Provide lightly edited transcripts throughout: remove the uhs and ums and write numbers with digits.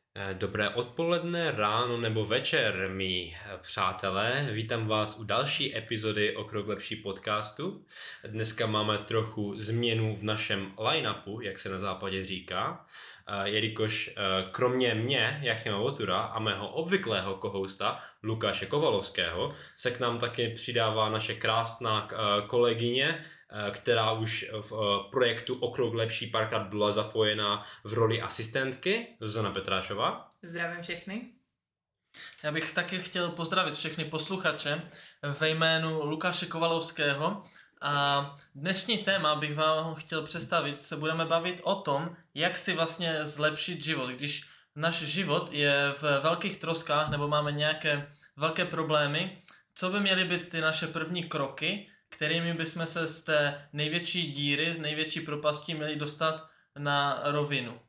Dobré odpoledne, ráno nebo večer, mí přátelé. Vítám vás u další epizody O krok lepší podcastu. Dneska máme trochu změnu v našem line-upu, jak se na západě říká, jelikož kromě mě, Jachima Votura a mého obvyklého kohousta Lukáše Kovalovského se k nám taky přidává naše krásná kolegyně, která už v projektu O krok lepší párkrát byla zapojena v roli asistentky, Zuzana Petrášová. Zdravím všechny. Já bych taky chtěl pozdravit všechny posluchače ve jménu Lukáše Kovalovského a dnešní téma bych vám chtěl představit. Se budeme bavit o tom, jak si vlastně zlepšit život, když náš život je v velkých troskách nebo máme nějaké velké problémy, co by měly být ty naše první kroky, kterými bychom se z té největší díry, z největší propasti měli dostat na rovinu.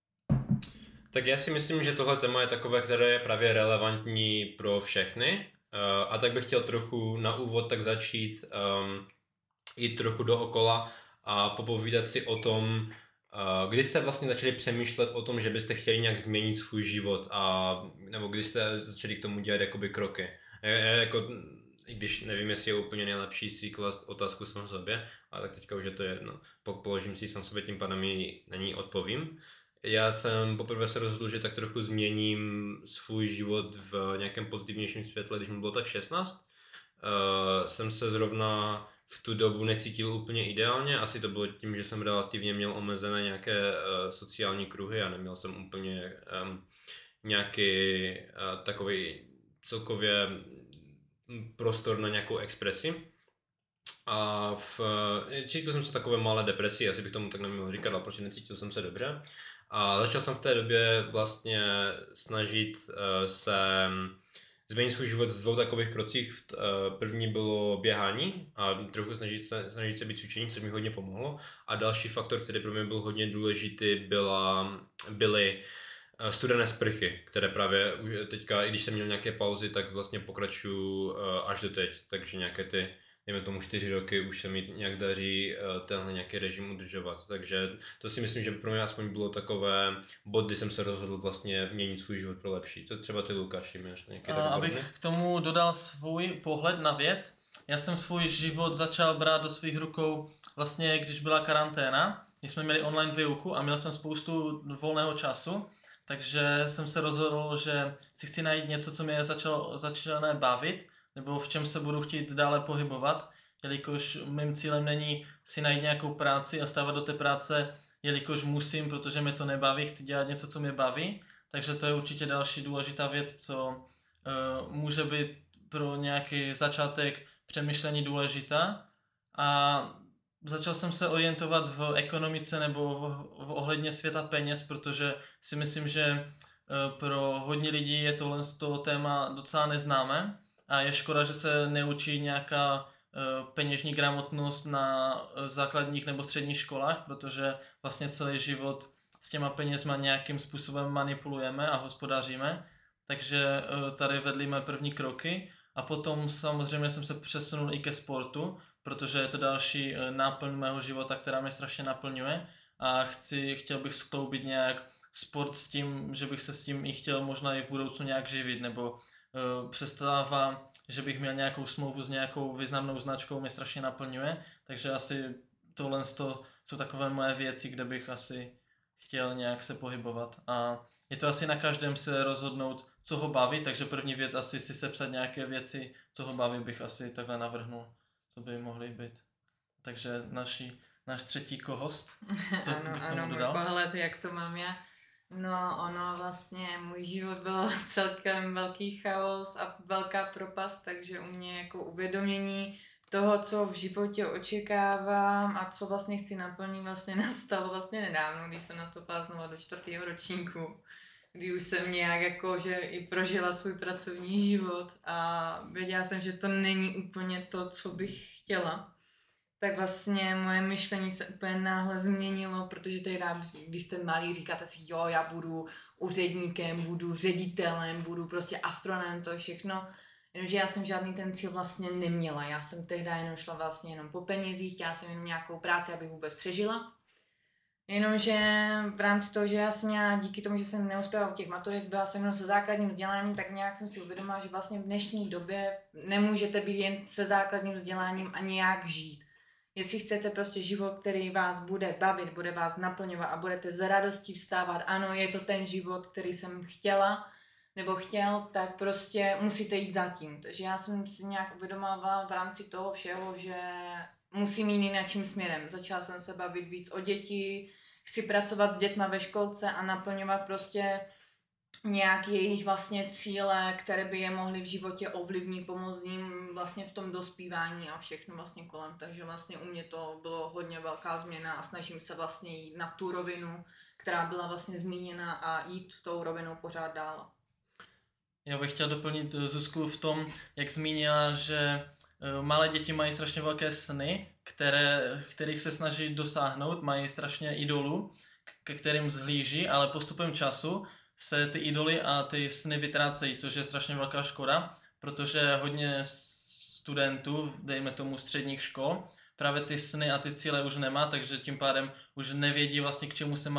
Tak já si myslím, že tohle téma je takové, které je právě relevantní pro všechny. A tak bych chtěl trochu na úvod tak začít jít trochu dookola a popovídat si o tom, kdy jste vlastně začali přemýšlet o tom, že byste chtěli nějak změnit svůj život, nebo kdy jste začali k tomu dělat jakoby kroky. I když nevím, jestli je úplně nejlepší si klást otázku sám sobě, ale tak teďka už je to jedno. Položím si sám sobě, tím pádem ji na ní odpovím. Já jsem poprvé se rozhodl, že tak trochu změním svůj život v nějakém pozitivnějším světle, když mi bylo tak 16. Jsem se zrovna v tu dobu necítil úplně ideálně, asi to bylo tím, že jsem relativně měl omezené nějaké sociální kruhy a neměl jsem úplně nějaký takový celkově prostor na nějakou expresi. A cítil jsem se takové malé depresi, asi bych tomu tak neměl říkat, ale prostě necítil jsem se dobře. A začal jsem v té době vlastně snažit se změnit svůj život v dvou takových krocích. První bylo běhání a trochu snažit se být cvičení, což mi hodně pomohlo. A další faktor, který pro mě byl hodně důležitý, byly studené sprchy, které právě teďka, i když jsem měl nějaké pauzy, tak vlastně pokračuju až do teď. Takže nějaké ty, dejme tomu 4 roky, už se mi nějak daří tenhle nějaký režim udržovat. Takže to si myslím, že pro mě aspoň bylo takové bod, kdy jsem se rozhodl vlastně měnit svůj život pro lepší. To třeba ty, Lukáši, máš nějaký takový Abych k tomu dodal svůj pohled na věc, já jsem svůj život začal brát do svých rukou vlastně, když byla karanténa, když jsme měli online výuku a měl jsem spoustu volného času, takže jsem se rozhodl, že si chci najít něco, co mě začalo bavit, nebo v čem se budu chtít dále pohybovat, jelikož mým cílem není si najít nějakou práci a stávat do té práce, jelikož musím, protože mě to nebaví, chci dělat něco, co mě baví, takže to je určitě další důležitá věc, co může být pro nějaký začátek přemýšlení důležitá. A začal jsem se orientovat v ekonomice nebo v ohledně světa peněz, protože si myslím, že pro hodně lidí je tohle téma docela neznámé a je škoda, že se neučí nějaká peněžní gramotnost na základních nebo středních školách, protože vlastně celý život s těma penězma nějakým způsobem manipulujeme a hospodaříme. Takže tady vedly mé první kroky a potom samozřejmě jsem se přesunul i ke sportu, protože je to další náplň mého života, která mě strašně naplňuje a chtěl bych skloubit nějak sport s tím, že bych se s tím i chtěl možná i v budoucnu nějak živit, nebo přestává, že bych měl nějakou smlouvu s nějakou významnou značkou, mě strašně naplňuje, takže asi tohle jsou takové moje věci, kde bych asi chtěl nějak se pohybovat a je to asi na každém se rozhodnout, co ho baví, takže první věc asi si sepsat nějaké věci, co ho baví, bych asi takhle navrhnul, co by mohly být. Takže náš třetí kohost, co bych k tomu dodal? Můj pohled, jak to mám já. No, ono vlastně, můj život byl celkem velký chaos a velká propast, takže u mě jako uvědomění toho, co v životě očekávám a co vlastně chci naplnit, vlastně nastalo vlastně nedávno, když jsem nastoupila znova do 4. ročníku, kdy už jsem nějak jako, že i prožila svůj pracovní život a věděla jsem, že to není úplně to, co bych chtěla. Tak vlastně moje myšlení se úplně náhle změnilo, protože tehdy, když jste malí, říkáte si, jo, já budu úředníkem, budu ředitelem, budu prostě astronomem, to všechno. Jenomže já jsem žádný ten cíl vlastně neměla. Já jsem tehdy jenom šla vlastně jenom po penězích, chtěla jsem jenom nějakou práci, abych vůbec přežila. Jenomže v rámci toho, že já jsem měla díky tomu, že jsem neuspěla u těch maturit, byla jsem jenom se základním vzděláním, tak nějak jsem si uvědomila, že vlastně v dnešní době nemůžete být jen se základním vzděláním a nějak žít. Jestli chcete prostě život, který vás bude bavit, bude vás naplňovat a budete z radostí vstávat, ano, je to ten život, který jsem chtěla nebo chtěl, tak prostě musíte jít za tím. Takže já jsem si nějak uvědomovala v rámci toho všeho, že musím jít jiným směrem. Začala jsem se bavit víc o děti, chci pracovat s dětma ve školce a naplňovat prostě nějak jejich vlastně cíle, které by je mohly v životě ovlivnit, pomoct jim vlastně v tom dospívání a všechno vlastně kolem. Takže vlastně u mě to bylo hodně velká změna a snažím se vlastně jít na tu rovinu, která byla vlastně zmíněna a jít tou rovinou pořád dál. Já bych chtěl doplnit Zuzku v tom, jak zmínila, že malé děti mají strašně velké sny, kterých se snaží dosáhnout, mají strašně idolů, ke kterým zhlíží, ale postupem času se ty idoly a ty sny vytrácejí, což je strašně velká škoda, protože hodně studentů, dejme tomu středních škol, právě ty sny a ty cíle už nemá, takže tím pádem už nevědí vlastně k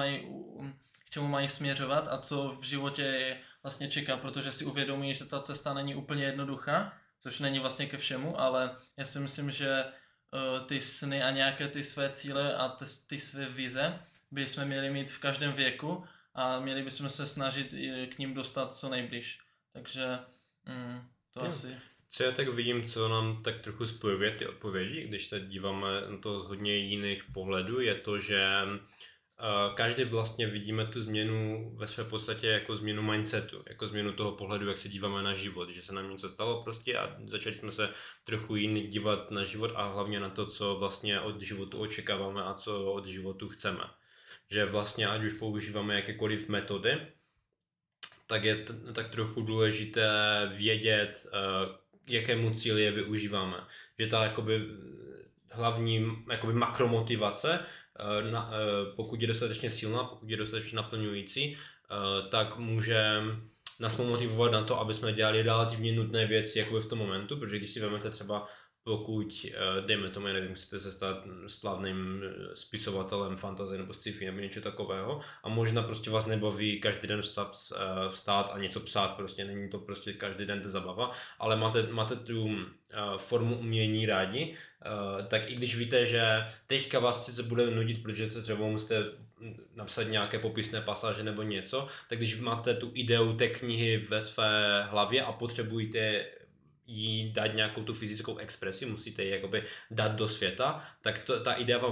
čemu mají směřovat a co v životě je vlastně čeká, protože si uvědomí, že ta cesta není úplně jednoduchá, což není vlastně ke všemu, ale já si myslím, že ty sny a nějaké ty své cíle a ty své vize bychom měli mít v každém věku a měli bychom se snažit k ním dostat co nejblíž. Takže to asi... Co já tak vidím, co nám tak trochu spojuje ty odpovědi, když se díváme na to z hodně jiných pohledů, je to, že každý vlastně vidíme tu změnu ve své podstatě jako změnu mindsetu, jako změnu toho pohledu, jak se díváme na život, že se nám něco stalo prostě a začali jsme se trochu jiný dívat na život a hlavně na to, co vlastně od životu očekáváme a co od životu chceme. Že vlastně ať už používáme jakékoliv metody, tak je tak trochu důležité vědět, jakému cíli je využíváme. Že ta jakoby hlavní jakoby makromotivace, pokud je dostatečně silná, pokud je dostatečně naplňující, tak může nás motivovat na to, aby jsme dělali relativně nutné věci jakoby v tom momentu, protože když si vezmete třeba pokud, dejme tomu, já nevím, chcete se stát slavným spisovatelem fantasy nebo sci-fi nebo něco takového a možná prostě vás nebaví každý den vstát a něco psát, prostě není to prostě každý den ta zabava, ale máte tu formu umění rádi, tak i když víte, že teďka vás sice bude nudit, protože se třeba musíte napsat nějaké popisné pasáže nebo něco, tak když máte tu ideu té knihy ve své hlavě a potřebujete jí dát nějakou tu fyzickou expresi, musíte ji jakoby dát do světa, tak ta idea vám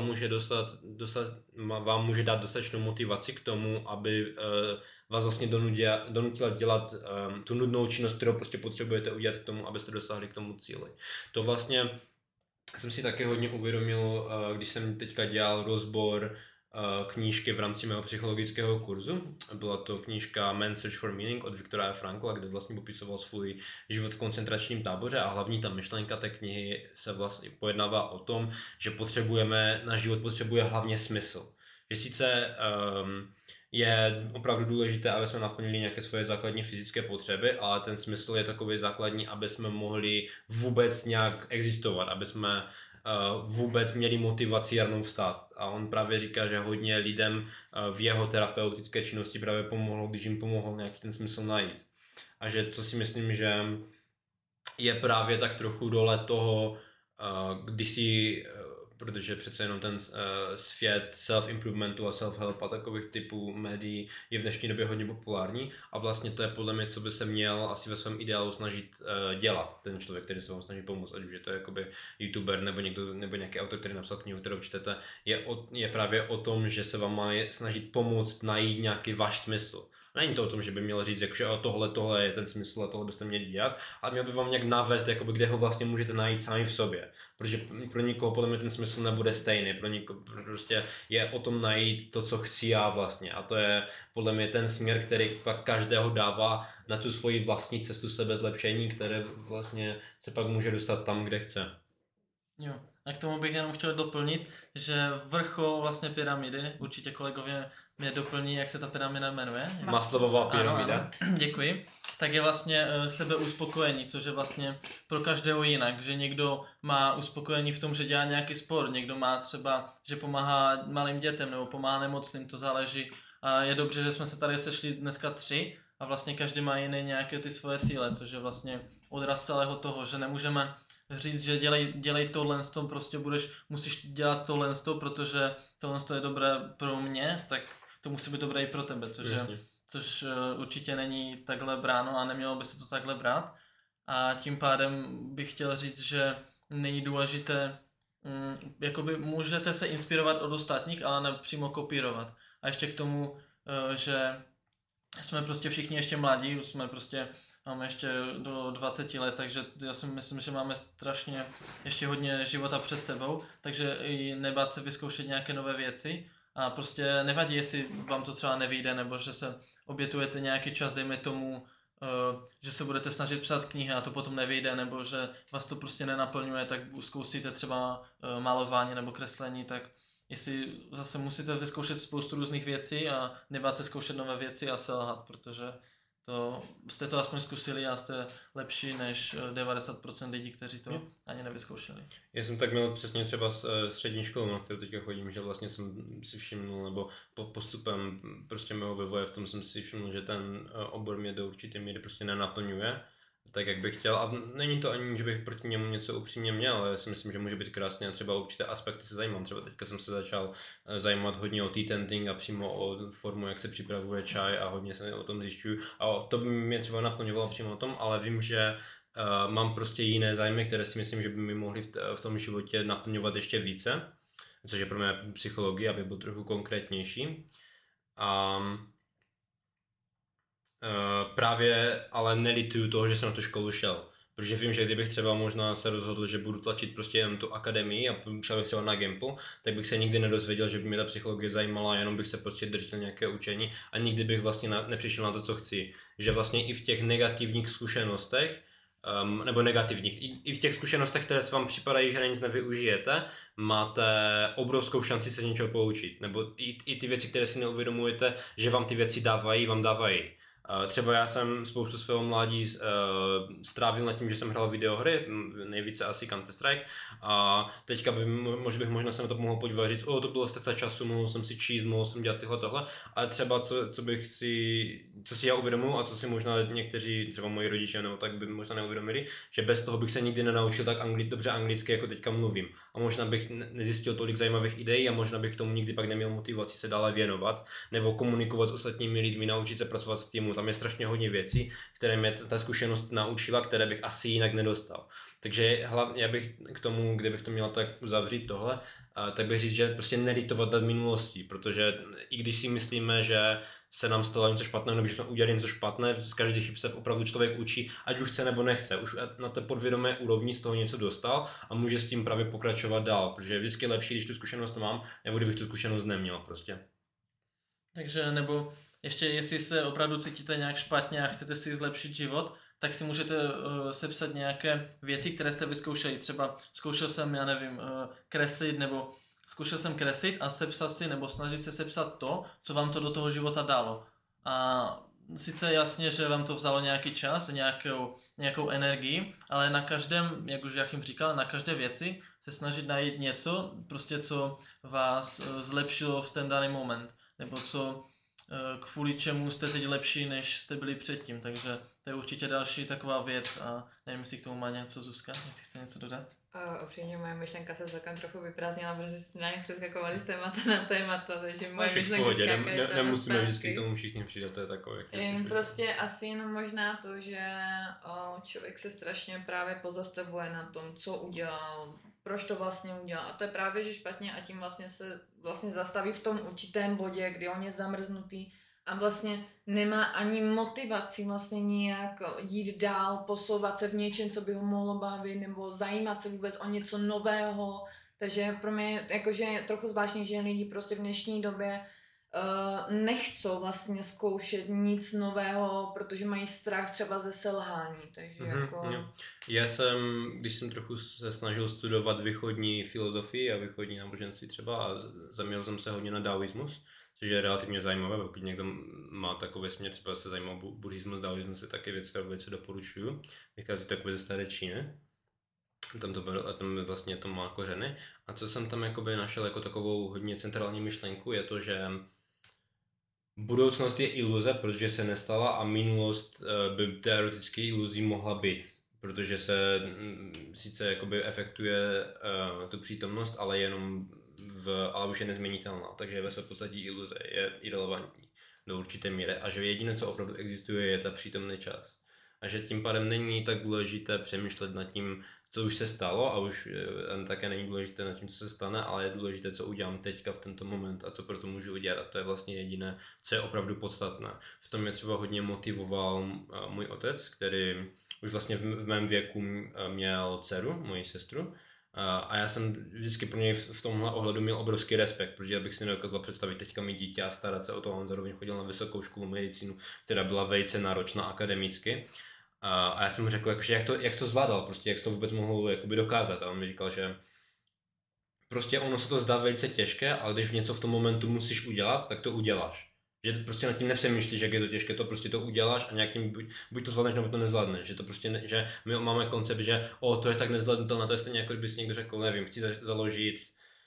může dát dostatečnou motivaci k tomu, aby vás vlastně donutila dělat tu nudnou činnost, kterou prostě potřebujete udělat k tomu, abyste dosáhli k tomu cíli. To vlastně jsem si taky hodně uvědomil, když jsem teďka dělal rozbor knížky v rámci mého psychologického kurzu. Byla to knížka Man's Search for Meaning od Viktora Frankla, kde vlastně popisoval svůj život v koncentračním táboře a hlavní ta myšlenka té knihy se vlastně pojednává o tom, že náš život potřebuje hlavně smysl. Že sice je opravdu důležité, aby jsme naplnili nějaké svoje základní fyzické potřeby, ale ten smysl je takový základní, aby jsme mohli vůbec nějak existovat, aby jsme vůbec měli motivaci ráno vstát. A on právě říká, že hodně lidem v jeho terapeutické činnosti právě pomohlo, když jim pomohl nějaký ten smysl najít. A že co si myslím, že je právě tak trochu dole toho, když si, protože přece jenom ten svět self-improvementu a self-help a takových typů médií je v dnešní době hodně populární a vlastně to je podle mě, co by se měl asi ve svém ideálu snažit dělat ten člověk, který se vám snaží pomoct, ať už je to jakoby youtuber nebo nějaký autor, který napsal knihu, kterou čtete, je právě o tom, že se vám má snažit pomoct najít nějaký váš smysl. Není to o tom, že by měl říct, že tohle je ten smysl a tohle byste měli dělat, ale měl by vám nějak navést, jakoby, kde ho vlastně můžete najít sami v sobě. Protože pro někoho podle mě ten smysl nebude stejný, pro někoho prostě je o tom najít to, co chci já vlastně. A to je podle mě ten směr, který pak každého dává na tu svoji vlastní cestu sebezlepšení, které vlastně se pak může dostat tam, kde chce. Jo. A k tomu bych jenom chtěl doplnit, že vrchol vlastně pyramidy, určitě kolegové mě doplní, jak se ta pyramida jmenuje. Maslovová pyramida. Ano, děkuji. Tak je vlastně sebeuspokojení, což je vlastně pro každého jinak, že někdo má uspokojení v tom, že dělá nějaký sport, někdo má třeba, že pomáhá malým dětem nebo pomáhá nemocným, to záleží. A je dobře, že jsme se tady sešli dneska 3 a vlastně každý má jiné nějaké ty svoje cíle, což je vlastně odraz celého toho, že nemůžeme říct, že dělej tohle, prostě musíš dělat tohle, protože tohle je dobré pro mě, tak to musí být dobré i pro tebe, což určitě není takhle bráno a nemělo by se to takhle brát. A tím pádem bych chtěl říct, že není důležité, jakoby můžete se inspirovat od ostatních, ale ne přímo kopírovat. A ještě k tomu, že jsme prostě všichni ještě mladí, máme ještě do 20 let, takže já si myslím, že máme strašně ještě hodně života před sebou, takže i nebát se vyzkoušet nějaké nové věci a prostě nevadí, jestli vám to třeba nevyjde, nebo že se obětujete nějaký čas, dejme tomu, že se budete snažit psát knihy a to potom nevyjde, nebo že vás to prostě nenaplňuje, tak zkusíte třeba malování nebo kreslení, tak jestli zase musíte vyzkoušet spoustu různých věcí a nebát se zkoušet nové věci a selhat, protože jste to aspoň zkusili a jste lepší než 90% lidí, kteří to ani nevyzkoušeli. Já jsem tak měl přesně třeba s střední školou, na kterou teďka chodím, že vlastně jsem si všimnul, nebo postupem prostě mého vývoje v tom jsem si všiml, že ten obor mě do určité míry prostě nenaplňuje, tak jak bych chtěl. A není to ani, že bych proti němu něco upřímně měl, ale já si myslím, že může být krásně a třeba určité aspekty se zajímám. Třeba teďka jsem se začal zajímat hodně o tea tenting a přímo o formu, jak se připravuje čaj a hodně se o tom zjišťuju. A to by mě třeba naplňovalo přímo o tom, ale vím, že mám prostě jiné zájmy, které si myslím, že by mi mohly v tom životě naplňovat ještě více, což je pro mě psychologie, aby byl trochu konkrétnější. Právě ale nelituju toho, že jsem na tu školu šel, protože vím, že kdybych třeba možná se rozhodl, že budu tlačit prostě jen tu akademii a šel bych třeba na Gimple, tak bych se nikdy nedozvěděl, že by mě ta psychologie zajímala, jenom bych se prostě drtil nějaké učení a nikdy bych vlastně nepřišel na to, co chci. Že vlastně i v těch negativních zkušenostech, nebo negativních, i v těch zkušenostech, které se vám připadají, že na nic nevyužijete, máte obrovskou šanci se něčeho poučit, nebo i ty věci, které si neuvědomujete, že vám ty věci vám dávají. Třeba já jsem spoustu svého mládí strávil nad tím, že jsem hrál videohry, nejvíce asi Counter-Strike, a teďka bych možná se na to mohl podívat a říct, to bylo ztráta času, mohl jsem si číst, mohl jsem dělat tohle, ale třeba co si já uvědomuji a co si možná někteří, třeba moji rodiče nebo tak by možná neuvědomili, že bez toho bych se nikdy nenaučil tak dobře anglicky, jako teďka mluvím. A možná bych nezjistil tolik zajímavých ideí a možná bych k tomu nikdy pak neměl motivaci se dále věnovat, nebo komunikovat s ostatními lidmi, naučit se pracovat s týmu. Tam je strašně hodně věcí, které mě ta zkušenost naučila, které bych asi jinak nedostal. Takže hlavně já bych k tomu, kdybych to měl tak zavřít tohle, tak bych říct, že prostě nelitovat nad minulostí, protože i když si myslíme, že se nám stalo něco špatného, nebo že jsme udělali něco špatné, z každých chyb se opravdu člověk učí, ať už chce nebo nechce. Už na té podvědomé úrovni z toho něco dostal a může s tím právě pokračovat dál, protože je vždycky lepší, když tu zkušenost mám, nebo kdybych tu zkušenost neměl prostě. Takže nebo ještě jestli se opravdu cítíte nějak špatně a chcete si zlepšit život, tak si můžete sepsat nějaké věci, které jste vyzkoušeli. Třeba zkoušel jsem, kreslit, nebo zkoušel jsem kreslit a sepsat si, nebo snažit se sepsat to, co vám to do toho života dalo. A sice jasně, že vám to vzalo nějaký čas, nějakou energii, ale na každém, jak už Jachim říkal, na každé věci se snažit najít něco, prostě co vás zlepšilo v ten daný moment, nebo co kvůli čemu jste teď lepší, než jste byli předtím, takže to je určitě další taková věc a nevím, jestli k tomu má něco Zuzka, jestli chce něco dodat. Upřímně moje myšlenka se celkem trochu vyprázdnila, protože jste nějak přeskakovali z témata na témata, takže moje myšlenky skákají. Nemusíme vždycky k tomu všichni přidat, to je takové. Prostě asi jenom možná to, že člověk se strašně právě pozastavuje na tom, co udělal, proč to vlastně udělal. A to je právě, že špatně a tím vlastně se zastaví v tom určitém bodě, kdy on je zamrznutý a vlastně nemá ani motivaci vlastně nějak jít dál, posouvat se v něčem, co by ho mohlo bavit, nebo zajímat se vůbec o něco nového. Takže pro mě jakože je trochu zvláštní, že lidi prostě v dnešní době nechcou vlastně zkoušet nic nového, protože mají strach třeba ze selhání, takže Já jsem, když jsem trochu se snažil studovat východní filozofii a východní náboženství třeba a zaměřil jsem se hodně na daoismus, což je relativně zajímavé, pokud někdo má takové směr, třeba se zajímá o buddhismus, daoismus, je taky věc, kterou velice doporučuju. Vychází to jako ze staré Číny. Tam to bylo, a tam vlastně to má kořeny. A co jsem tam jakoby našel jako takovou hodně centrální myšlenku, je to, že budoucnost je iluze, protože se nestala a minulost by teoreticky iluzí mohla být, protože se sice jakoby efektuje tu přítomnost, ale jenom ale už je nezměnitelná, takže ve své podstatě iluze je irelevantní do určité míry a že jediné, co opravdu existuje, je ta přítomný čas. A že tím pádem není tak důležité přemýšlet nad tím, co už se stalo a už také není důležité nad tím, co se stane, ale je důležité, co udělám teďka v tento moment a co pro to můžu udělat. A to je vlastně jediné, co je opravdu podstatné. V tom mě třeba hodně motivoval můj otec, který už vlastně v mém věku měl dceru, moji sestru. A já jsem vždycky pro něj v tomhle ohledu měl obrovský respekt, protože já bych si nedokázal představit teďka mít dítě a starat se o to. On zároveň chodil na vysokou školu medicínu, která byla velice náročná akademicky. A já jsem mu řekl, jakože jak to zvládal, prostě jak to vůbec mohl jakoby dokázat. A on mi říkal, že prostě ono se to zdá velice těžké, ale když něco v tom momentu musíš udělat, tak to uděláš. Že prostě nad tím nepřemýšlíš, jak je to těžké, to prostě to uděláš a nějak tím buď to zvládneš, nebo to nezvládneš. Že to prostě že my máme koncept, že to je tak nezvládnutelné, to je stejně jako kdyby si někdo řekl, nevím, chci založit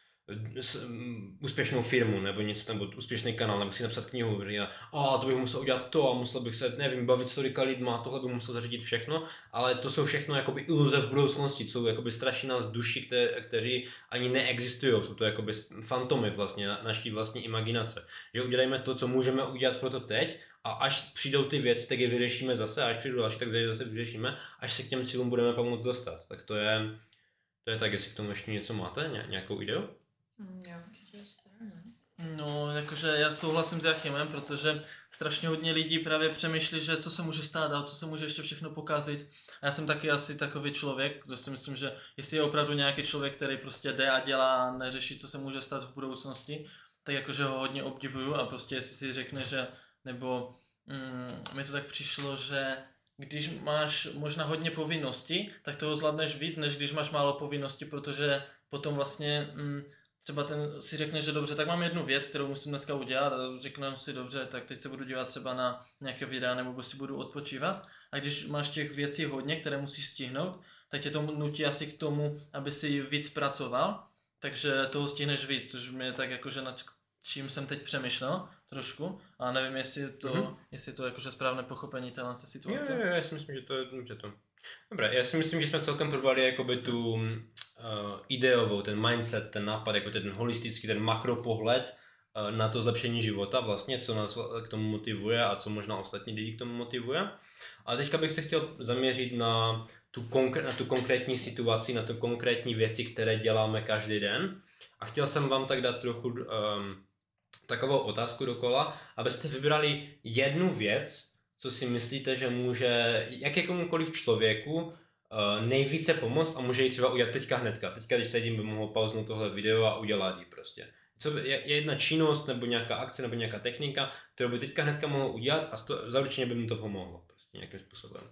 úspěšnou firmu nebo něco, nebo úspěšný kanál, nebo si napsat knihu, že to bych musel udělat to a musel bych se, nevím, bavit s tolika lidma, tohle bych musel zařídit všechno, ale to jsou všechno jakoby iluze v budoucnosti, jsou jakoby straší nás duši, kteří ani neexistují, jsou to jakoby fantomy vlastně, naší vlastní imaginace, že udělejme to, co můžeme udělat pro to teď a až přijdou ty věci, tak je vyřešíme zase, a až přijdou další, tak je zase vyřešíme, až se k těm cílům budeme pomoct dostat, tak to je tak, jestli k tomu ještě něco máte, nějakou ideu? Já určitě No, jakože já souhlasím s Jachimem, protože strašně hodně lidí právě přemýšlí, že co se může stát a co se může ještě všechno pokazit. A já jsem taky asi takový člověk, kdo si myslím, že jestli je opravdu nějaký člověk, který prostě jde a dělá a neřeší, co se může stát v budoucnosti, tak jakože ho hodně obdivuju a prostě jestli si řekne, že, nebo mi to tak přišlo, že když máš možná hodně povinností, tak toho zvládneš víc, než když máš málo povinností, protože potom vlastně třeba ten si řekne, že dobře, tak mám jednu věc, kterou musím dneska udělat a řeknu si dobře, tak teď se budu dívat třeba na nějaké videa nebo si budu odpočívat. A když máš těch věcí hodně, které musíš stihnout, tak tě to nutí asi k tomu, aby si víc pracoval, takže toho stihneš víc, což mě tak jakože nad čím jsem teď přemýšlel trošku, a nevím, jestli je to jakože správné pochopení téhle situace. Jo, já si myslím, že to je dobře to. Dobré, já si myslím, že jsme celkem probrali jakoby tu ideovou, ten mindset, ten nápad, jako ten holistický, ten makropohled na to zlepšení života vlastně, co nás k tomu motivuje a co možná ostatní lidi k tomu motivuje. A teďka bych se chtěl zaměřit na tu konkrétní situaci, na tu konkrétní věci, které děláme každý den. A chtěl jsem vám tak dát trochu takovou otázku dokola, abyste vybrali jednu věc, co si myslíte, že může jakémukoliv člověku nejvíce pomoct a může ji třeba udělat teďka hnedka. Teďka, když sedím, by mohl pauznout tohle video a udělat ji prostě. Co je jedna činnost nebo nějaká akce nebo nějaká technika, kterou by teďka hnedka mohl udělat a zaručeně by mu to pomohlo prostě nějakým způsobem.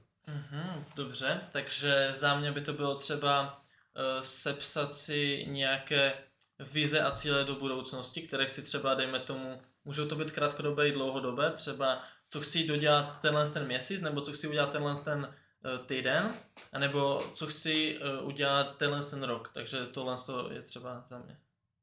Dobře, takže za mě by to bylo třeba sepsat si nějaké vize a cíle do budoucnosti, které si třeba, dejme tomu, můžou to být krátkodobé i dlouhodobé, třeba co chci dodělat ten měsíc, nebo co chci udělat ten týden, anebo co chci udělat ten rok, takže tohle je třeba za mě.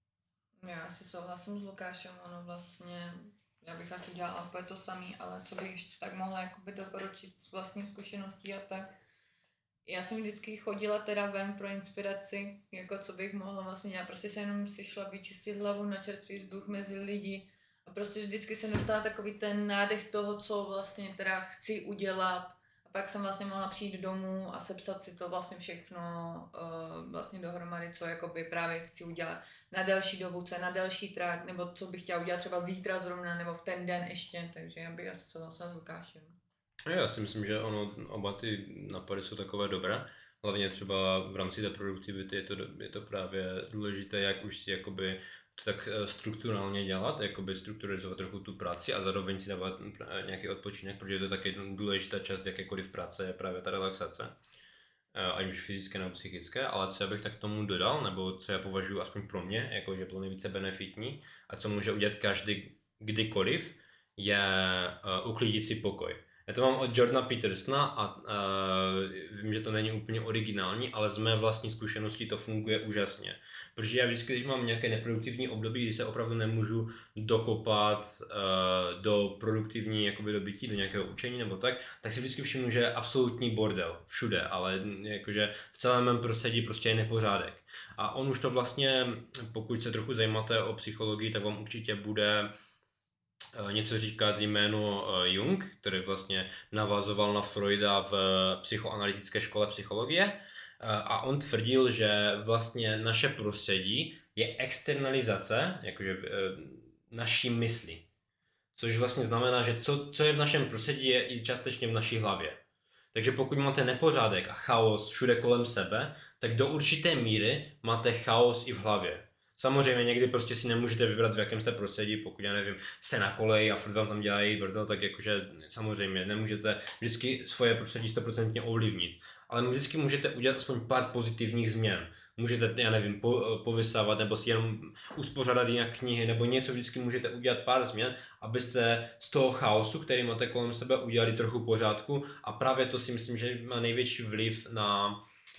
Já asi souhlasím s Lukášem, ono vlastně, já bych asi udělala úplně to samý, ale co bych ještě tak mohla jakoby doporučit z vlastní zkušeností a tak. Já jsem vždycky chodila teda ven pro inspiraci, jako co bych mohla vlastně, já prostě se jenom si šla vyčistit hlavu na čerstvý vzduch mezi lidi a prostě vždycky jsem dostala takový ten nádech toho, co vlastně teda chci udělat a pak jsem vlastně mohla přijít domů a sepsat si to vlastně všechno vlastně dohromady, co jakoby právě chci udělat na další dobu, co je na další trať, nebo co bych chtěla udělat třeba zítra zrovna, nebo v ten den ještě, takže já bych asi souhlasila s Lukášem. Já si myslím, že oba ty nápady jsou takové dobré, hlavně třeba v rámci té produktivity je to právě důležité, jak už si jakoby to tak strukturálně dělat, jakoby strukturalizovat trochu tu práci a zároveň si dávat nějaký odpočinek, protože to je taky důležitá část jakékoliv práce, je právě ta relaxace, ať už fyzické nebo psychické, ale co já bych tak tomu dodal, nebo co já považuji aspoň pro mě, jako že bylo nejvíce benefitní a co může udělat každý kdykoliv, je uklidit si pokoj. Já to mám od Jordana Petersona a vím, že to není úplně originální, ale z mé vlastní zkušenosti to funguje úžasně. Protože já vždycky, když mám nějaké neproduktivní období, kdy se opravdu nemůžu dokopat do produktivní jakoby dobytí, do nějakého učení nebo tak si vždycky všimnu, že je absolutní bordel všude, ale jakože v celém mém prostředí prostě je nepořádek. A on už to vlastně, pokud se trochu zajímáte o psychologii, tak vám určitě bude něco říkat jméno Jung, který vlastně navazoval na Freuda v psychoanalytické škole psychologie a on tvrdil, že vlastně naše prostředí je externalizace jakože naší mysli. Což vlastně znamená, že co je v našem prostředí je i částečně v naší hlavě. Takže pokud máte nepořádek a chaos všude kolem sebe, tak do určité míry máte chaos i v hlavě. Samozřejmě někdy prostě si nemůžete vybrat, v jakém jste prostředí, pokud já nevím, jste na koleji a furt vám tam dělají bordel, tak jakože samozřejmě nemůžete vždycky svoje prostředí 100% ovlivnit. Ale vždycky můžete udělat aspoň pár pozitivních změn. Můžete, já nevím, povysávat nebo si jenom uspořádat nějak knihy nebo něco, vždycky můžete udělat pár změn, abyste z toho chaosu, který máte kolem sebe, udělali trochu pořádku a právě to si myslím, že má největší vliv na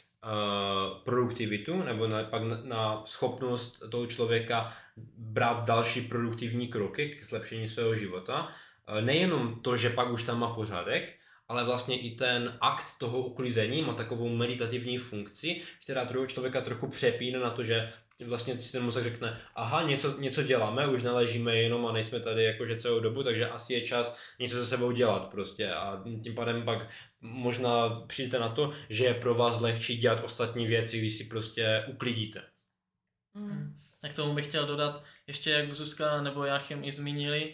produktivitu nebo pak na schopnost toho člověka brát další produktivní kroky k zlepšení svého života. Nejenom to, že pak už tam má pořádek, ale vlastně i ten akt toho uklizení má takovou meditativní funkci, která druhého člověka trochu přepíne na to, že vlastně si ten mozek řekne, aha, něco děláme, už neležíme jenom a nejsme tady jakože celou dobu, takže asi je čas něco se sebou dělat prostě a tím pádem pak možná přijdete na to, že je pro vás lehčí dělat ostatní věci, když si prostě uklidíte. A k tomu bych chtěl dodat, ještě jak Zuzka nebo Jáchym i zmínili,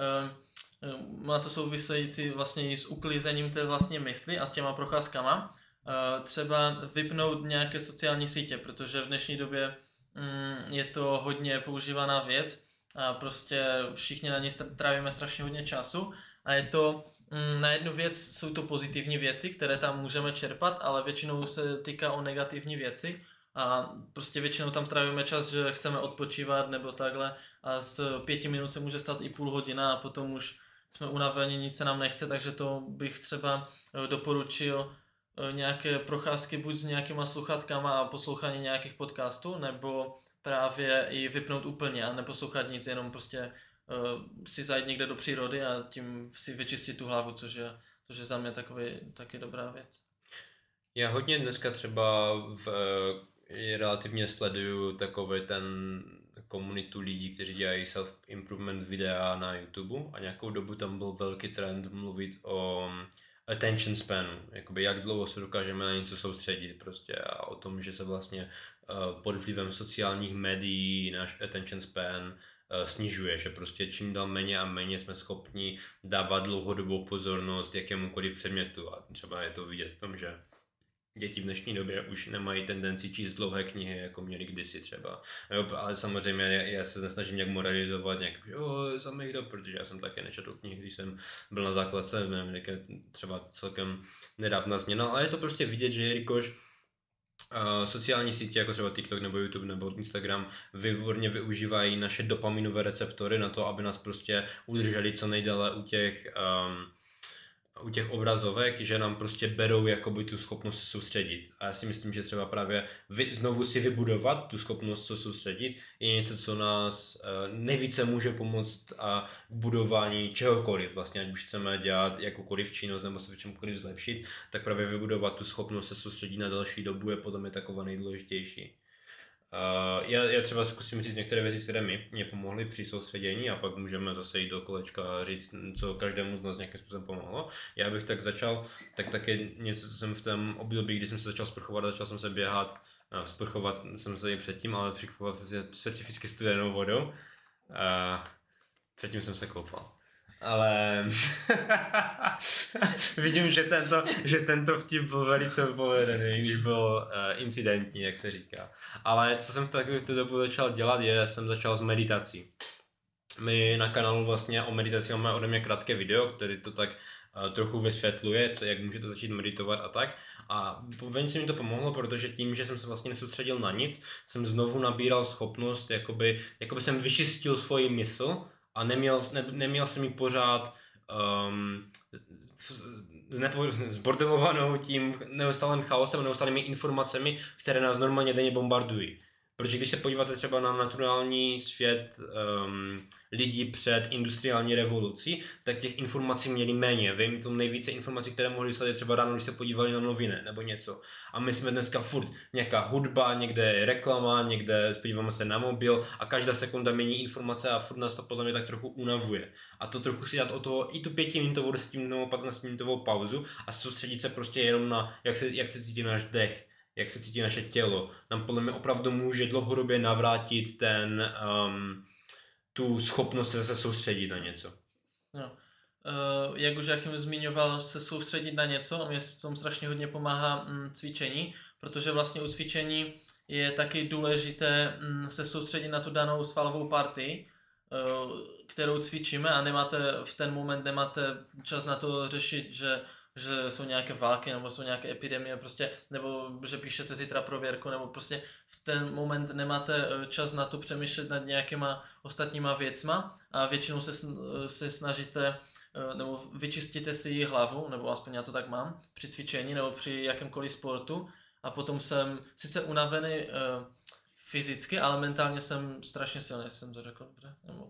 má to související vlastně i s uklizením té vlastně mysli a s těma procházkama. Třeba vypnout nějaké sociální sítě, protože v dnešní době je to hodně používaná věc a prostě všichni na ní trávíme strašně hodně času a je to na jednu věc jsou to pozitivní věci, které tam můžeme čerpat, ale většinou se týká o negativní věci a prostě většinou tam trávíme čas, že chceme odpočívat nebo takhle a z 5 minut se může stát i půl hodina a potom už jsme unavení, nic se nám nechce, takže to bych třeba doporučil nějaké procházky buď s nějakýma sluchátkama a poslouchání nějakých podcastů, nebo právě i vypnout úplně a neposlouchat nic, jenom prostě si zajít někde do přírody a tím si vyčistit tu hlavu, což je za mě taky dobrá věc. Já hodně dneska třeba relativně sleduju takový ten komunitu lidí, kteří dělají self-improvement videa na YouTube a nějakou dobu tam byl velký trend mluvit o attention spanu, jakoby jak dlouho se dokážeme na něco soustředit prostě a o tom, že se vlastně pod vlivem sociálních médií náš attention span snižuje, že prostě čím dál méně a méně jsme schopni dávat dlouhodobou pozornost jakémukoliv předmětu a třeba je to vidět v tom, že děti v dnešní době už nemají tendenci číst dlouhé knihy, jako měli kdysi třeba. Jo, ale samozřejmě já se nesnažím nějak moralizovat, nějak, za mých dob, protože já jsem také nečetl knihy, když jsem byl na základce, nevím, třeba celkem nedávná změna, ale je to prostě vidět, že jelikož sociální sítě, jako třeba TikTok nebo YouTube nebo Instagram, výborně využívají naše dopaminové receptory na to, aby nás prostě udrželi co nejdéle u těch obrazovek, že nám prostě berou jakoby tu schopnost se soustředit. A já si myslím, že třeba právě znovu si vybudovat tu schopnost se soustředit je něco, co nás nejvíce může pomoct k budování čehokoliv. Vlastně, ať už chceme dělat jakoukoliv činnost nebo se v čemkoliv zlepšit, tak právě vybudovat tu schopnost se soustředit na další dobu je potom taková nejdůležitější. Já třeba zkusím říct některé věci, které mě pomohly při soustředění a pak můžeme zase jít do kolečka a říct, co každému z nás nějakým způsobem pomohlo. Já bych tak začal, tak taky něco, co jsem v tom období, kdy jsem se začal začal jsem se běhat, sprchovat jsem se i předtím, ale přichovat specificky studenou vodou. Předtím jsem se koupal. Ale vidím, že tento vtip byl velice povedený, když byl incidentní, jak se říká. Ale co jsem v té dobu začal dělat, jsem začal s meditací. My na kanálu vlastně o meditaci máme ode mě krátké video, který to tak trochu vysvětluje, jak můžete začít meditovat a tak. A velice mi to pomohlo, protože tím, že jsem se vlastně nesoustředil na nic, jsem znovu nabíral schopnost, jakoby jsem vyčistil svoji mysl a neměl jsem ji pořád zbordelovanou tím neustálým chaosem, neustálými informacemi, které nás normálně denně bombardují. Protože když se podíváte třeba na naturální svět lidí před industriální revolucí, tak těch informací měli méně. Vím, to nejvíce informací, které mohli sledovat třeba ráno, když se podívali na noviny nebo něco. A my jsme dneska furt nějaká hudba, někde je reklama, někde podíváme se na mobil a každá sekunda mění informace a furt nás to podle mě tak trochu unavuje. A to trochu si dát od toho i tu 5minutovou, 10minutovou, 15minutovou pauzu a soustředit se prostě jenom na, jak se cítí náš dech, jak se cítí naše tělo, nám podle mě opravdu může dlouhodobě navrátit tu schopnost se soustředit na něco. No. Jak už Jachim zmiňoval, se soustředit na něco, a mě v tom strašně hodně pomáhá cvičení, protože vlastně u cvičení je taky důležité se soustředit na tu danou svalovou partii, kterou cvičíme, a v ten moment nemáte čas na to řešit, že jsou nějaké války nebo jsou nějaké epidemie prostě, nebo že píšete zítra prověrku, nebo prostě v ten moment nemáte čas na to přemýšlet nad nějakýma ostatníma věcma a většinou se snažíte nebo vyčistíte si hlavu, nebo aspoň já to tak mám, při cvičení nebo při jakémkoliv sportu a potom jsem sice unavený fyzicky, ale mentálně jsem strašně silný, jestli jsem to řekl dobře.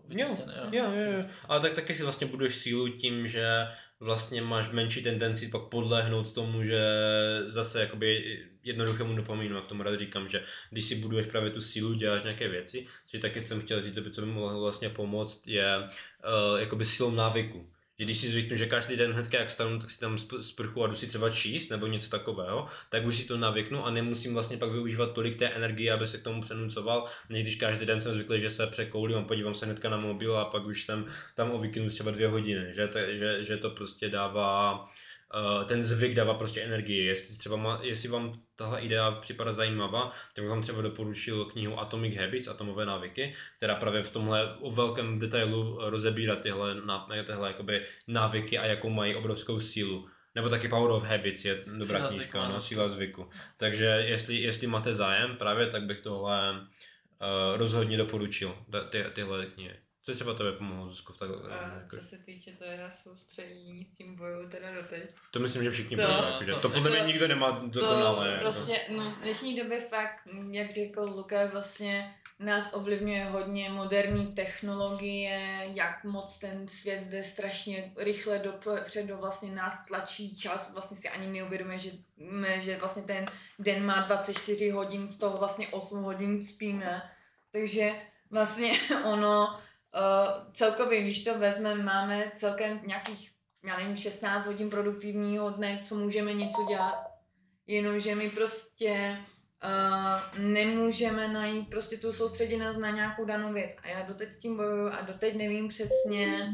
Jo. Ale tak taky si vlastně buduješ sílu tím, že vlastně máš menší tendenci pak podlehnout tomu, že zase jakoby jednoduchému dopamínu, a k tomu rád říkám, že když si buduješ právě tu sílu, děláš nějaké věci, což taky jsem chtěl říct, co by mohlo vlastně pomoct, je jakoby silou návyku. Že když si zvyknu, že každý den hnedka jak stanu, tak si tam sprchu a jdu si třeba číst nebo něco takového, tak už si to navyknu a nemusím vlastně pak využívat tolik té energie, aby se k tomu přenucoval, než když každý den jsem zvyklý, že se překoulím a podívám se hnedka na mobil a pak už jsem tam o víkendu třeba 2 hodiny, že to prostě dává, ten zvyk dává prostě energii. Jestli vám tahle idea připadá zajímavá, tak bych vám třeba doporučil knihu Atomic Habits, atomové návyky, která právě v tomhle o velkém detailu rozebírá tyhle jakoby návyky a jakou mají obrovskou sílu. Nebo taky Power of Habits je dobrá knížka, síla zvyku. Takže jestli máte zájem právě, tak bych tohle rozhodně doporučil, tyhle knihy. Co třeba tebe pomohlo, Zuzko, v takhle? Co se týče toho soustředění, s tím boju teda doteď. To myslím, že všichni bojují, to podle mě nikdo nemá dokonalé. Prostě, v dnešní době fakt, jak řekl Luka, vlastně nás ovlivňuje hodně moderní technologie, jak moc ten svět jde strašně rychle dopředu, vlastně nás tlačí čas, vlastně si ani neuvědomuje, že vlastně ten den má 24 hodin, z toho vlastně 8 hodin spíme, takže vlastně ono celkově, když to vezmeme, máme celkem nějakých, 16 hodin produktivního dne, co můžeme něco dělat, jenomže my prostě nemůžeme najít prostě tu soustředěnost na nějakou danou věc. A já doteď s tím bojuju a doteď nevím přesně,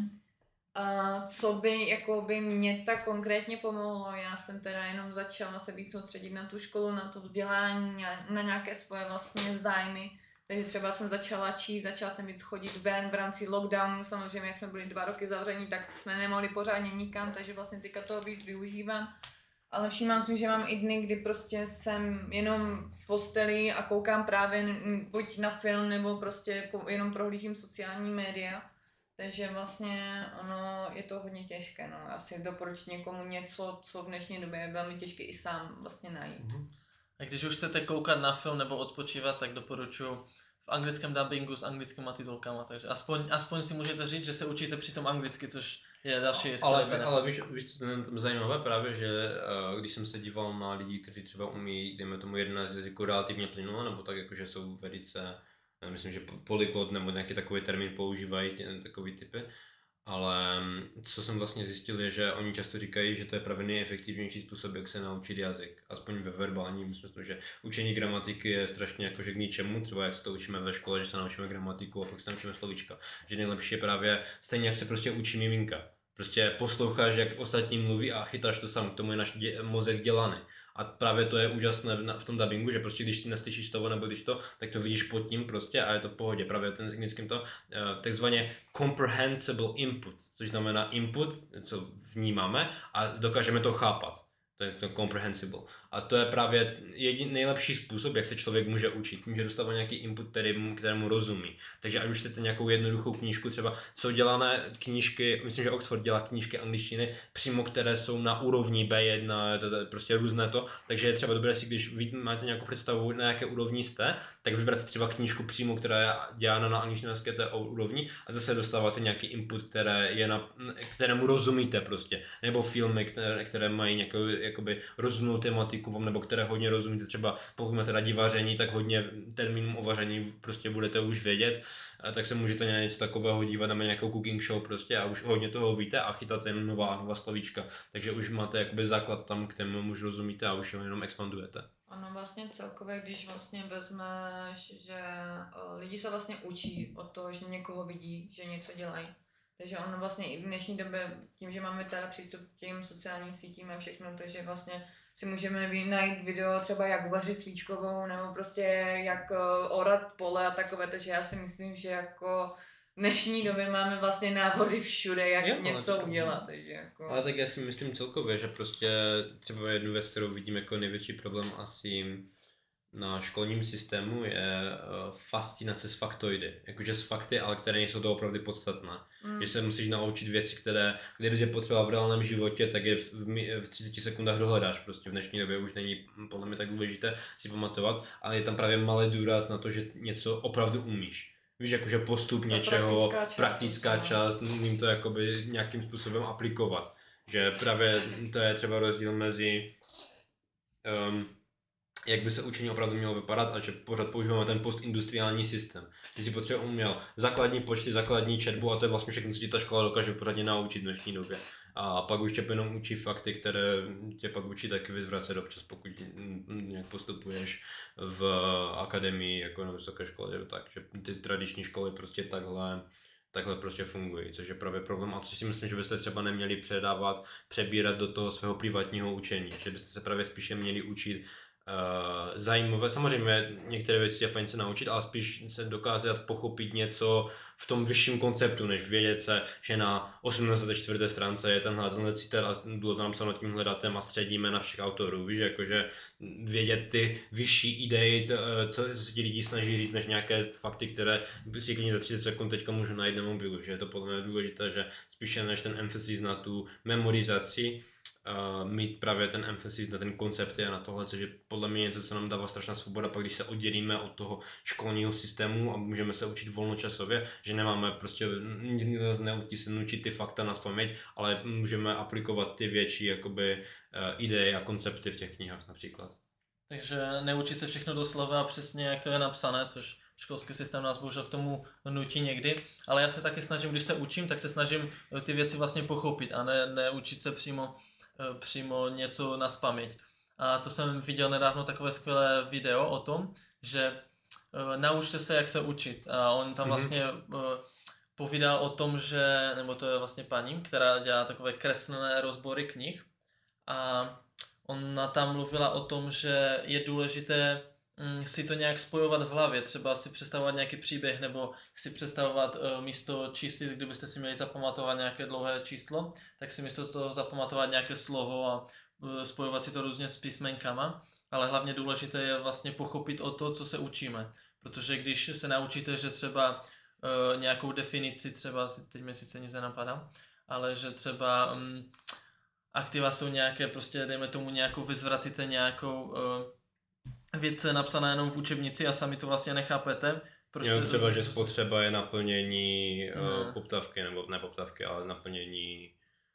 co by jakoby mě tak konkrétně pomohlo. Já jsem teda jenom začala se víc soustředit na tu školu, na to vzdělání, na nějaké svoje vlastně zájmy. Takže třeba jsem začala číst, začala jsem víc chodit ven v rámci lockdownu, samozřejmě jak jsme byli 2 roky zavření, tak jsme nemohli pořádně nikam, takže vlastně teďka toho víc využívám. Ale všímám si, že mám i dny, kdy prostě jsem jenom v posteli a koukám právě buď na film, nebo prostě jenom prohlížím sociální média. Takže vlastně ono je to hodně těžké, asi doporučit někomu něco, co v dnešní době je velmi těžké i sám vlastně najít. A když už chcete koukat na film nebo odpočívat, tak doporučuji v anglickém dubbingu s anglickýma titulkama, takže aspoň si můžete říct, že se učíte přitom anglicky, což je další skvělé. Ale víš, co je zajímavé právě, že když jsem se díval na lidi, kteří třeba umí, dejme tomu 11 jazyků relativně plynule, nebo tak jako, že jsou velice, myslím, že polyglot nebo nějaký takový termín používají, takový typy. Ale co jsem vlastně zjistil je, že oni často říkají, že to je právě nejefektivnější způsob, jak se naučit jazyk. Aspoň ve verbálním smyslu, že učení gramatiky je strašně jakože k ničemu, třeba jak se to učíme ve škole, že se naučíme gramatiku a pak se naučíme slovíčka. Že nejlepší je právě stejně, jak se prostě učí miminka. Prostě posloucháš, jak ostatní mluví a chytáš to sám, k tomu je náš mozek dělaný. A právě to je úžasné v tom dubbingu, že prostě když si neslyšíš toho nebo když to, tak to vidíš pod tím prostě a je to v pohodě. Právě ten anglickým to takzvaně comprehensible input, což znamená input, co vnímáme a dokážeme to chápat. ten comprehensible. A to je právě nejlepší způsob, jak se člověk může učit. Může dostávat nějaký input, kterému rozumí. Takže ať už chcete nějakou jednoduchou knížku, třeba jsou dělané knížky, myslím, že Oxford dělá knížky angličtiny přímo, které jsou na úrovni B1, to je prostě různé to. Takže je třeba dobré si, když máte nějakou představu, na jaké úrovni jste, tak vybrat si třeba knížku přímo, která je dělána na angličtinské té úrovni a zase dostáváte nějaký input, kterému rozumíte prostě. Nebo filmy, které mají nějakou jakoby rozumnou tematiku nebo které hodně rozumíte, třeba pokud máte rádi vaření, tak hodně termínům o vaření prostě budete už vědět, tak se můžete na něco takového dívat, na nějakou cooking show prostě a už hodně toho víte a chytáte jen nová slovíčka, takže už máte jakoby základ tam, kterému už rozumíte a už ho jenom expandujete. Ono vlastně celkově, když vlastně vezmeš, že lidi se vlastně učí od toho, že někoho vidí, že něco dělají. Takže ono vlastně i v dnešní době, tím, že máme teda přístup k těm sociálním sítím a všechno, takže vlastně si můžeme najít video třeba jak vařit svíčkovou, nebo prostě jak orat pole a takové, takže já si myslím, že jako v dnešní době máme vlastně návody všude, jak něco udělat. Takže jako... Ale tak já si myslím celkově, že prostě třeba jednu věc, kterou vidím jako největší problém asi na školním systému je fascinace s faktoidy, jakože s fakty, ale které nejsou to opravdu podstatné. Že se musíš naučit věci, které, kdybys je potřeboval v reálném životě, tak je v 30 sekundách dohledáš. Prostě v dnešní době už není podle mě tak důležité si pamatovat, ale je tam právě malý důraz na to, že něco opravdu umíš. Víš, jakože postup něčeho, praktická část, umím to jakoby nějakým způsobem aplikovat. Že právě to je třeba rozdíl mezi jak by se učení opravdu mělo vypadat a že pořád používáme ten postindustriální systém. Že si potřeba uměl základní počty, základní četbu a to je vlastně všechno, co ti ta škola dokáže pořádně naučit v dnešní době. A pak už tě jenom učí fakty, které tě pak učí taky vyzvracet občas, pokud nějak postupuješ v akademii jako na vysoké škole, takže ty tradiční školy prostě takhle prostě fungují, což je právě problém a což si myslím, že byste třeba neměli přebírat do toho svého privátního učení, že byste se právě spíše měli učit zajímavé. Samozřejmě některé věci je fajn se naučit, ale spíš se dokázat pochopit něco v tom vyšším konceptu, než vědět se, že na 84. stránce je tenhle citát a bylo to napsáno tím hledatem a střední jména všech autorů. Víš, jakože vědět ty vyšší idei, co se ti lidi snaží říct, než nějaké fakty, které si klidně za 30 sekund teďka můžu najít na mobilu, že je to podle mě důležité, že spíše než ten emphasis na tu memorizaci, mít právě ten emphasis na ten koncepty a na tohle, což je podle mě něco, co nám dává strašná svoboda, pak když se oddělíme od toho školního systému a můžeme se učit volnočasově, že nemáme prostě, nikdo nás neutí se nučit ty fakta na paměť, ale můžeme aplikovat ty větší jakoby ideje a koncepty v těch knihách například. Takže neučit se všechno doslova a přesně jak to je napsané, což školský systém nás bohužel k tomu nutí někdy, ale já se taky snažím, když se učím, tak se snažím ty věci vlastně pochopit a ne učit se přímo něco nazpaměť. A to jsem viděl nedávno takové skvělé video o tom, že naučte se, jak se učit. A on tam vlastně povídal o tom, že, nebo to je vlastně paní, která dělá takové kreslené rozbory knih a ona tam mluvila o tom, že je důležité si to nějak spojovat v hlavě, třeba si představovat nějaký příběh nebo si představovat místo číslic, kdybyste si měli zapamatovat nějaké dlouhé číslo, tak si místo toho zapamatovat nějaké slovo a spojovat si to různě s písmenkama, ale hlavně důležité je vlastně pochopit o to, co se učíme, protože když se naučíte, že třeba nějakou definici, třeba teď mi sice nic nenapadá, ale že třeba aktiva jsou nějaké, prostě dejme tomu nějakou, vyzvracíte nějakou věc, co je napsaná jenom v učebnici a sami to vlastně nechápete. Prostě třeba, že spotřeba je naplnění poptávky, nebo ne poptávky, ale naplnění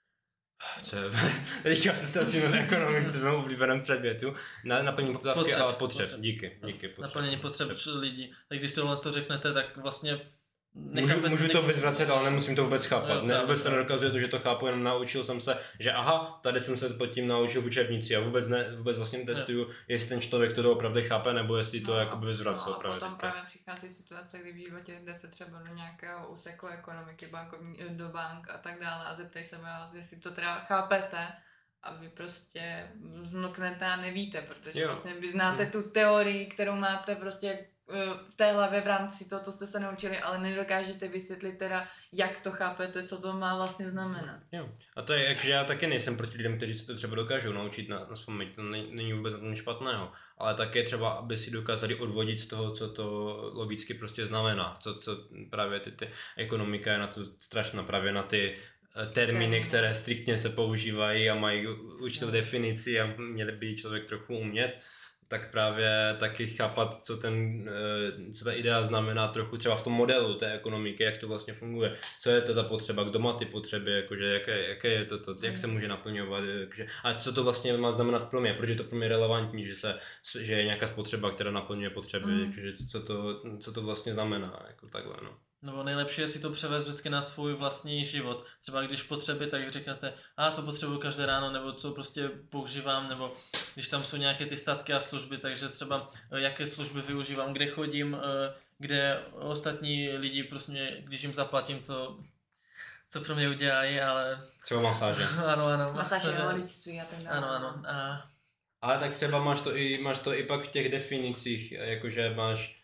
teďka se ztratíme v ekonomice, v mém oblíbeném předmětu. Naplnění poptávky, ale potřeb. Díky. Potřeb. Naplnění potřeb lidí. Tak když tohle to řeknete, tak vlastně Můžu to vyzvracet, ale nemusím to vůbec chápat. Vůbec to nedokazuje to, že to chápu, jenom naučil jsem se, že aha, tady jsem se pod tím naučil v učebnici a vůbec vlastně testuju, jestli ten člověk to opravdu chápe, nebo jestli to jakoby vyzvracel. A potom právě přichází situace, kdy v životě jdete třeba do nějakého úseku ekonomiky, do bank a tak dále a zeptej se vás, jestli to teda chápete a vy prostě zmlknete a nevíte, protože Jo. vlastně vy znáte tu teorii, kterou máte prostě v té hlavě v rámci toho, co jste se naučili, ale nedokážete vysvětlit teda, jak to chápete, co to má vlastně znamenat. Jo. A to je, jakže já taky nejsem proti lidem, kteří se to třeba dokážou naučit na vzpomínit, to není vůbec nic špatného, ale také třeba, aby si dokázali odvodit z toho, co to logicky prostě znamená, co právě ty ekonomika je na to strašná, právě na ty termíny, které striktně se používají a mají určitou definici a měli by člověk trochu umět, tak právě taky chápat, co ta idea znamená trochu třeba v tom modelu té ekonomiky, jak to vlastně funguje, co je ta potřeba, kdo má ty potřeby, jakože jaké je to, jak se může naplňovat, a co to vlastně má znamenat pro mě, protože je to pro mě relevantní, že je nějaká spotřeba, která naplňuje potřeby, takže co to vlastně znamená, jako takhle, no. Nebo nejlepší je si to převést vždycky na svůj vlastní život. Třeba když potřeby, tak řeknete, co potřebuju každé ráno, nebo co prostě používám, nebo když tam jsou nějaké ty statky a služby, takže třeba jaké služby využívám, kde chodím, kde ostatní lidi prostě, když jim zaplatím, co pro mě udělají, ale... Třeba masáže. Ano. Masáže na voličství a tak dále. Ano. Ale tak třeba máš to i pak v těch definicích, jakože máš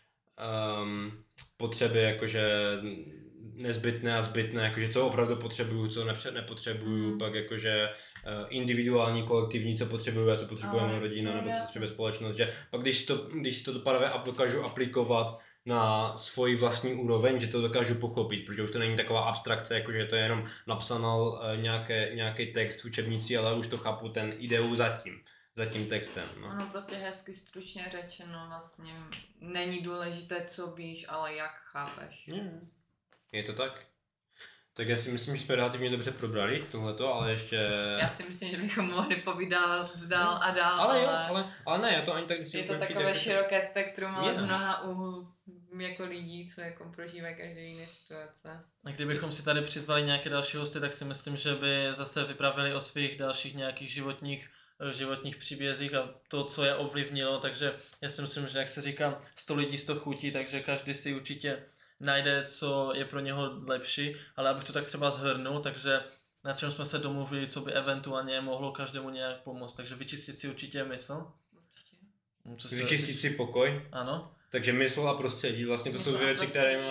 potřeby jakože nezbytné a zbytné, jakože co opravdu potřebuju, co nepotřebuju, pak jakože individuální, kolektivní, co potřebuju a co potřebujeme rodina, nebo co potřebuje společnost, že pak když to právě dokážu aplikovat na svoji vlastní úroveň, že to dokážu pochopit, protože už to není taková abstrakce, jakože to je jenom napsanal nějaký text v učebnici, ale už to chápu ten ideu za tím textem. No. Ano, prostě hezky stručně řečeno, vlastně není důležité, co víš, ale jak chápeš. Je to tak? Tak já si myslím, že jsme relativně dobře probrali tohleto, ale ještě... Já si myslím, že bychom mohli povídat dál a dál, ale ne, já to ani tak... Je to takové široké spektrum, ale z mnoha úhlů jako lidí, co jako prožívají každý jiný situace. A kdybychom si tady přizvali nějaké další hosty, tak si myslím, že by zase vyprávěli o svých dalších nějakých životních příbězích a to, co je ovlivnilo, takže já si myslím, že jak se říká, 100 lidí 100 chutí, takže každý si určitě najde, co je pro něho lepší, ale abych to tak třeba shrnul, takže na čem jsme se domluvili, co by eventuálně mohlo každému nějak pomoct, takže vyčistit si určitě mysl. Vyčistit si pokoj. Ano. Takže mysl a prostředí, vlastně to jsou věci,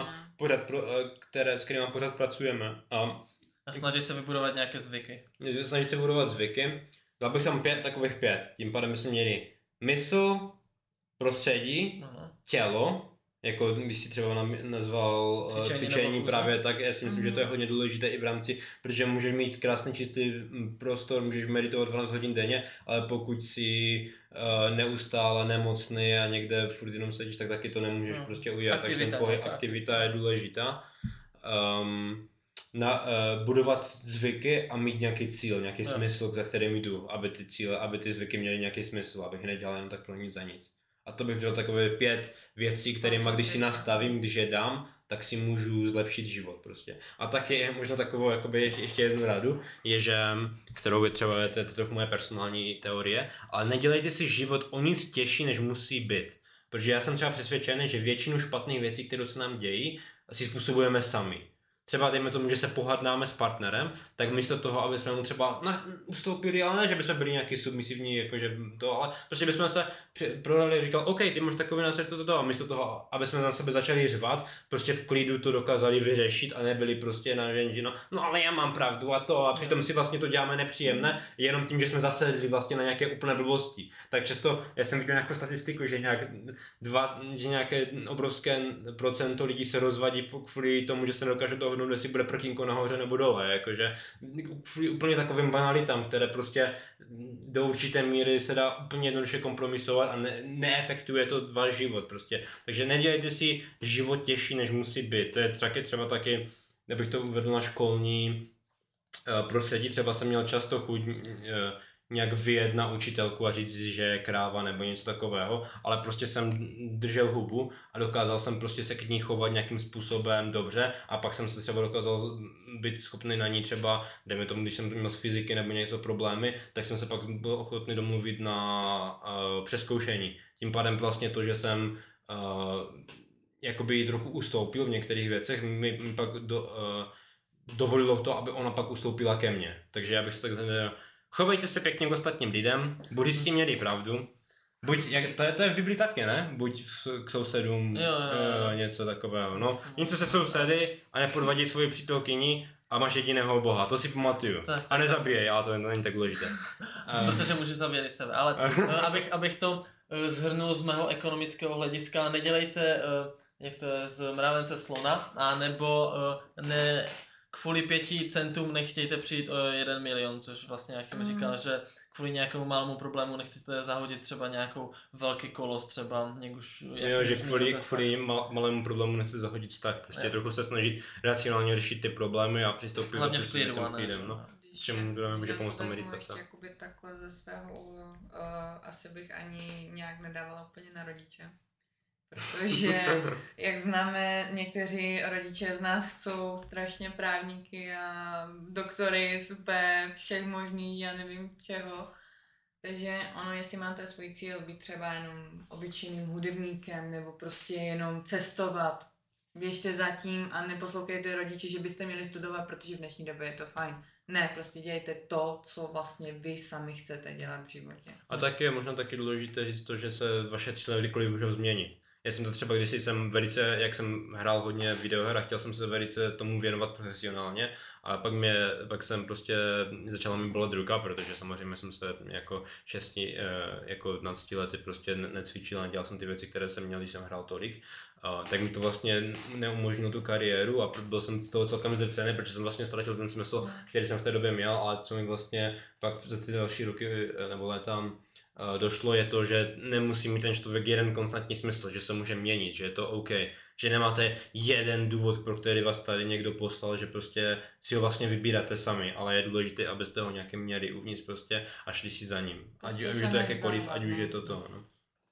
s kterými pořád pracujeme. A snaží se vybudovat nějaké zvyky. Dal bych tam 5, tím pádem bychom měli mysl, prostředí, tělo, jako když si třeba nazval cvičení právě, tak já si myslím, že to je hodně důležité i v rámci, protože můžeš mít krásný čistý prostor, můžeš meditovat 12 hodin denně, ale pokud si neustále nemocný a někde furt jenom sedíš, tak taky to nemůžeš prostě udělat, takže ten aktivita je důležitá. Budovat zvyky a mít nějaký cíl, nějaký smysl, za kterým jdu, aby ty zvyky měly nějaký smysl, abych nedělal jenom tak pro nic za nic. A to bych byl takové 5 věcí, kterými když si nastavím, když je dám, tak si můžu zlepšit život prostě. A taky je možná takovou jakoby ještě jednu radu, je, že, kterou je třeba, to je trochu moje personální teorie, ale nedělejte si život o nic těžší, než musí být. Protože já jsem třeba přesvědčený, že většinu špatných věcí, které se nám dějí, si způsobujeme sami. Třeba dejme tomu, že se pohádnáme s partnerem, tak místo toho, aby jsme mu třeba ustoupili, ale ne, že bychom byli nějaký submisivní, jakože to, ale prostě bychom se prodali a říkali, OK, ty máš takový názor, a místo toho, aby jsme na sebe začali řvat, prostě v klidu to dokázali vyřešit a nebyli prostě na že no ale já mám pravdu a přitom si vlastně to děláme nepříjemné, jenom tím, že jsme zasedli vlastně na nějaké úplné blbosti. Tak často, já jsem viděl nějakou statistiku, že nějaké obrovské procento lidí se rozvadí kvůli tomu, že se nedokáže dohodnout, jestli bude prkínko nahoře nebo dole, jakože úplně takovým banalitám, které prostě do určité míry se dá úplně jednoduše kompromisovat a neefektuje to váš život prostě. Takže nedělejte si život těžší, než musí být. To je třeba taky, abych to uvedl na školní prostředí, třeba jsem měl často chuť nějak vyjet na učitelku a říct, že je kráva nebo něco takového, ale prostě jsem držel hubu a dokázal jsem prostě se k ní chovat nějakým způsobem dobře a pak jsem se třeba dokázal být schopný na ní třeba, dejme tomu, když jsem měl z fyziky nebo něco problémy, tak jsem se pak byl ochotný domluvit na přezkoušení. Tím pádem vlastně to, že jsem jakoby trochu ustoupil v některých věcech, mi pak dovolilo to, aby ona pak ustoupila ke mně. Takže já bych se tak chovejte se pěkně k ostatním lidem, buddhisti měli pravdu. Buď, to je v Biblii taky, ne? Buď k sousedům, něco takového. No, něco se sousedy a nepodvadí svoji přítelkyni a máš jediného Boha, to si pamatuju. A nezabíjej, ale to není tak důležité. Protože může zabíjet sebe, ale abych to zhrnul z mého ekonomického hlediska, nedělejte, jak to je, z mravence slona, anebo ne, kvůli 5 centům nechtějte přijít o 1 milion, což vlastně Achim říkal, že kvůli nějakému malému problému nechcete zahodit třeba nějakou velký kolos, třeba někuž... Jo, že kvůli malému problému nechcete zahodit vztah, prostě trochu se snažit racionálně řešit ty problémy a přistoupit hlavně do věcem v klidem, no. Čemu může pomoct ta meditace. Jakoby takhle ze svého úhlu, asi bych ani nějak nedávala úplně na rodiče. Protože, jak známe, někteří rodiče z nás jsou strašně právníky a doktory, super, všech možných, já nevím čeho. Takže ono, jestli máte svůj cíl být třeba jenom obyčejným hudebníkem nebo prostě jenom cestovat, běžte za tím a neposlouchejte rodiče, že byste měli studovat, protože v dnešní době je to fajn. Ne, prostě dělejte to, co vlastně vy sami chcete dělat v životě. A taky je možná taky důležité říct to, že se vaše cíle kdykoliv můžou změnit. Já jsem to třeba, když jsem velice, jak jsem hrál hodně videoher a chtěl jsem se velice tomu věnovat profesionálně a pak jsem prostě začala mi bolet ruka, protože samozřejmě jsem se jako 15 lety prostě necvičil a dělal jsem ty věci, které jsem měl, když jsem hrál tolik. Tak mi to vlastně neumožnilo tu kariéru a byl jsem z toho celkem zdrcený, protože jsem vlastně ztratil ten smysl, který jsem v té době měl, ale co mi vlastně pak za ty další roky nebo léta došlo, je to, že nemusí mít ten člověk jeden konstantní smysl, že se může měnit, že je to OK, že nemáte jeden důvod, pro který vás tady někdo poslal, že prostě si ho vlastně vybíráte sami, ale je důležité, abyste ho nějaké měli uvnitř prostě a šli si za ním. Ať už je to jakékoliv, ať už je to to, no.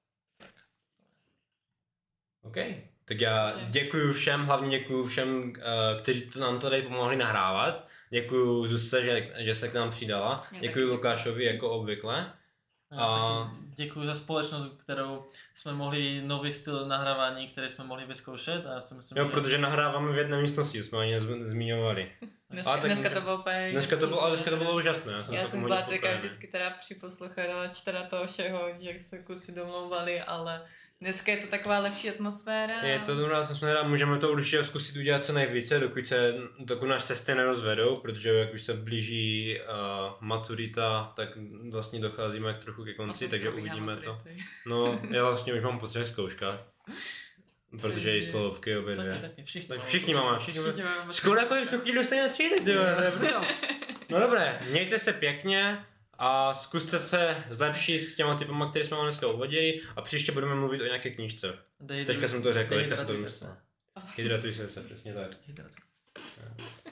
OK, tak já děkuju všem, hlavně děkuju všem, kteří to nám tady pomohli nahrávat. Děkuju Zuzce, že se k nám přidala. Děkuju Lukášovi jako obvykle. A děkuji za společnost, kterou jsme mohli, nový styl nahrávání, který jsme mohli vyzkoušet a já si myslím, protože nahráváme v jedné místnosti, jsme ani zmiňovali. Dneska to bylo úplně... Dneska to bylo úžasné. Já jsem byla teďka vždycky teda připoslouchalač teda toho všeho, jak se kluci domlouvali, ale dneska je to taková lepší atmosféra. Je to dobrá atmosféra, můžeme to určitě zkusit udělat co nejvíce, dokud nás cesty nerozvedou, protože jak už se blíží maturita, tak vlastně docházíme trochu ke konci, takže uvidíme to. No, já vlastně už mám po 3 zkouškách. Protože i slohovky obě dvě. Taky, všichni máme. Skoro jako všichni dostane třídy, to je brutál. No dobré, mějte se pěkně a zkuste se zlepšit s těma typama, které jsme vám dneska uvodili a příště budeme mluvit o nějaké knížce. Teďka jsem to řekl, teďka jsem to vymyslel. Hydratuj se, přesně tak.